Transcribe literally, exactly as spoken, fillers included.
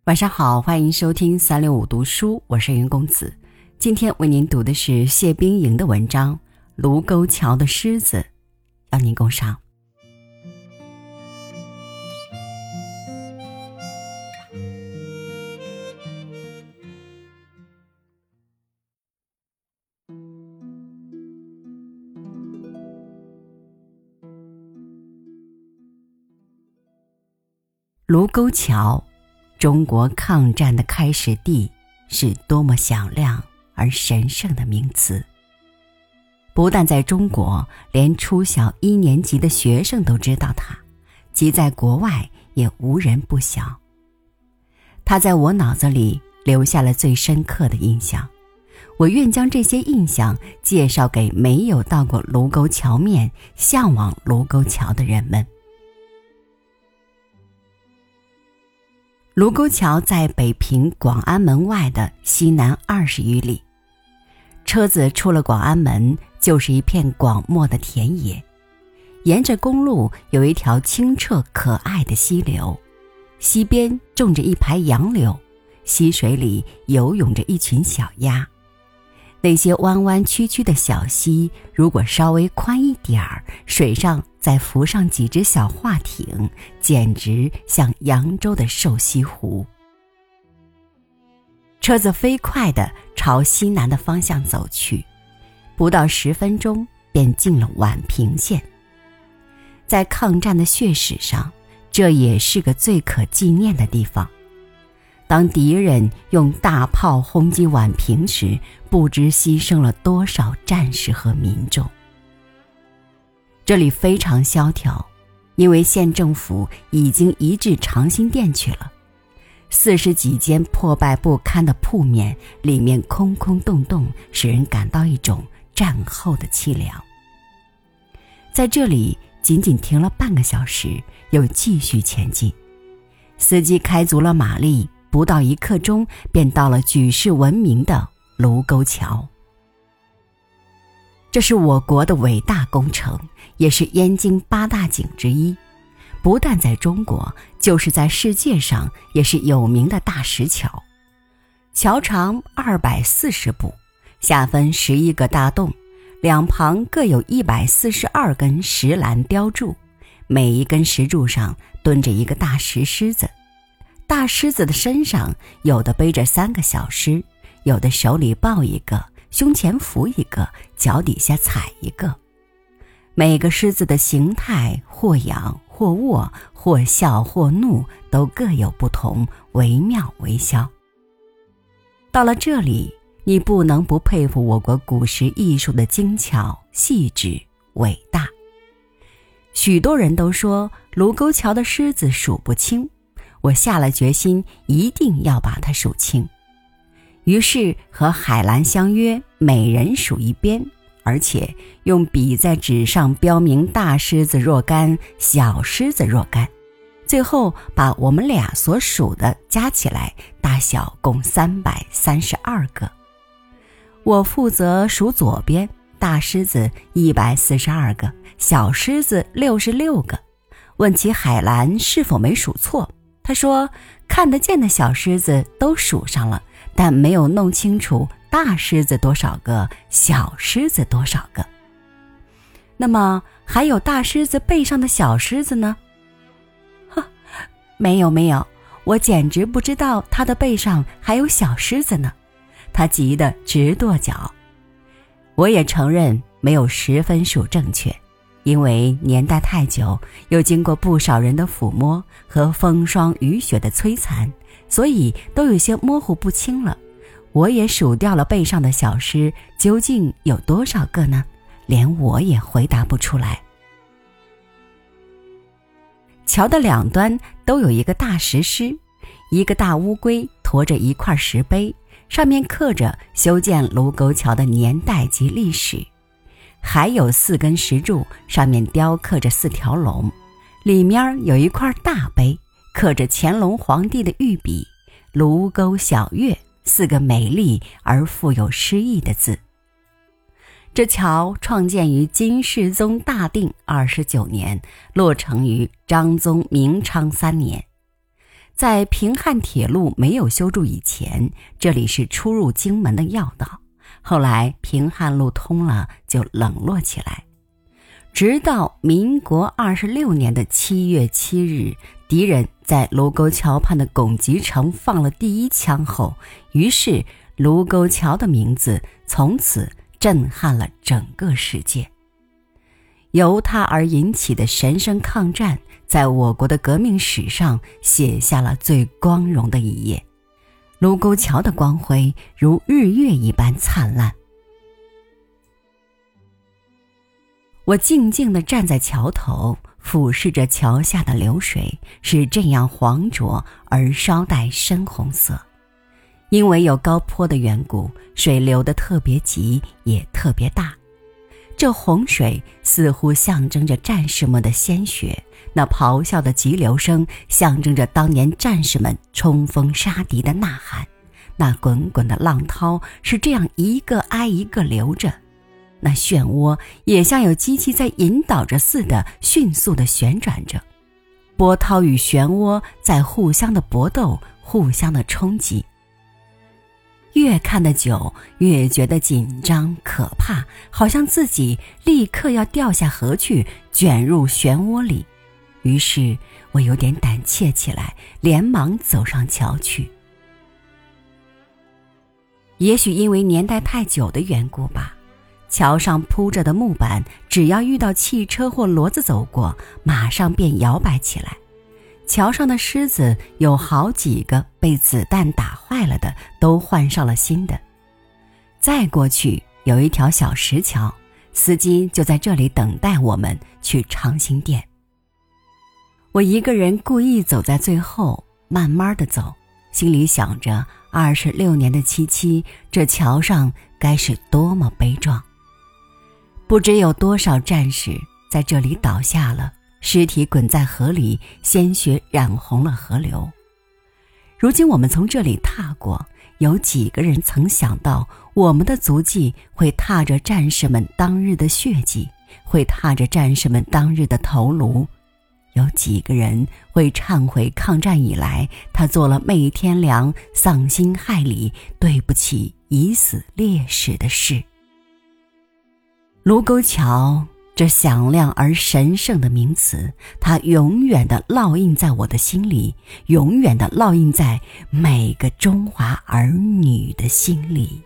晚上好，欢迎收听三六五读书，我是云公子。今天为您读的是谢冰莹的文章《卢沟桥的狮子》，邀您共赏。卢沟桥，中国抗战的开始地，是多么响亮而神圣的名词。不但在中国，连初小一年级的学生都知道它，即在国外也无人不晓。它在我脑子里留下了最深刻的印象，我愿将这些印象介绍给没有到过卢沟桥面、向往卢沟桥的人们。卢沟桥在北平广安门外的西南二十余里，车子出了广安门，就是一片广袤的田野。沿着公路有一条清澈可爱的溪流，溪边种着一排杨柳，溪水里游泳着一群小鸭。那些弯弯曲曲的小溪，如果稍微宽一点儿，水上再浮上几只小划艇，简直像扬州的瘦西湖。车子飞快地朝西南的方向走去，不到十分钟便进了宛平县。在抗战的血史上，这也是个最可纪念的地方。当敌人用大炮轰击宛平时，不知牺牲了多少战士和民众。这里非常萧条，因为县政府已经移至长辛店去了。四十几间破败不堪的铺面，里面空空洞洞，使人感到一种战后的凄凉。在这里仅仅停了半个小时，又继续前进。司机开足了马力，不到一刻钟便到了举世闻名的卢沟桥。这是我国的伟大工程，也是燕京八大景之一。不但在中国，就是在世界上也是有名的大石桥。桥长二百四十步，下分十一个大洞，两旁各有一百四十二根石栏雕柱，每一根石柱上蹲着一个大石狮子。大狮子的身上有的背着三个小狮，有的手里抱一个，胸前扶一个，脚底下踩一个。每个狮子的形态或仰或卧，或笑或怒，都各有不同，惟妙惟肖。到了这里，你不能不佩服我国古石艺术的精巧、细致、伟大。许多人都说卢沟桥的狮子数不清，我下了决心，一定要把它数清。于是和海兰相约，每人数一边，而且用笔在纸上标明大狮子若干，小狮子若干，最后把我们俩所数的加起来，大小共三百三十二个。我负责数左边，大狮子一百四十二个，小狮子六十六个。问起海兰是否没数错，他说看得见的小狮子都数上了，但没有弄清楚大狮子多少个，小狮子多少个。那么还有大狮子背上的小狮子呢？呵，没有没有，我简直不知道他的背上还有小狮子呢。他急得直跺脚。我也承认没有十分数正确，因为年代太久，又经过不少人的抚摸和风霜雨雪的摧残，所以都有些模糊不清了。我也数掉了背上的小狮，究竟有多少个呢？连我也回答不出来。桥的两端都有一个大石狮，一个大乌龟驮着一块石碑，上面刻着修建卢沟桥的年代及历史。还有四根石柱，上面雕刻着四条龙，里面有一块大碑，刻着乾隆皇帝的御笔“卢沟晓月”四个美丽而富有诗意的字。这桥创建于金世宗大定二十九年，落成于章宗明昌三年。 在平汉铁路没有修筑以前，这里是出入京门的要道。后来平汉路通了，就冷落起来。直到民国二十六年的七月七日，敌人在卢沟桥畔的拱集城放了第一枪后，于是卢沟桥的名字从此震撼了整个世界。由它而引起的神圣抗战，在我国的革命史上写下了最光荣的一页。卢沟桥的光辉如日月一般灿烂。我静静地站在桥头，俯视着桥下的流水，是这样黄浊而稍带深红色。因为有高坡的缘故，水流得特别急，也特别大。这洪水似乎象征着战士们的鲜血，那咆哮的急流声象征着当年战士们冲锋杀敌的呐喊，那滚滚的浪涛是这样一个挨一个流着，那漩涡也像有机器在引导着似的迅速地旋转着，波涛与漩涡在互相的搏斗，互相的冲击。越看得久，越觉得紧张可怕，好像自己立刻要掉下河去，卷入漩涡里。于是我有点胆怯起来，连忙走上桥去。也许因为年代太久的缘故吧，桥上铺着的木板，只要遇到汽车或骡子走过，马上便摇摆起来。桥上的狮子有好几个被子弹打坏了的，都换上了新的。再过去有一条小石桥，司机就在这里等待我们去长兴店。我一个人故意走在最后，慢慢地走，心里想着二十六年的凄凄，这桥上该是多么悲壮。不知有多少战士在这里倒下了，尸体滚在河里，鲜血染红了河流。如今我们从这里踏过，有几个人曾想到我们的足迹会踏着战士们当日的血迹，会踏着战士们当日的头颅？有几个人会忏悔抗战以来他做了昧天良、丧心害理、对不起已死烈士的事？卢沟桥这响亮而神圣的名词，它永远地烙印在我的心里，永远地烙印在每个中华儿女的心里。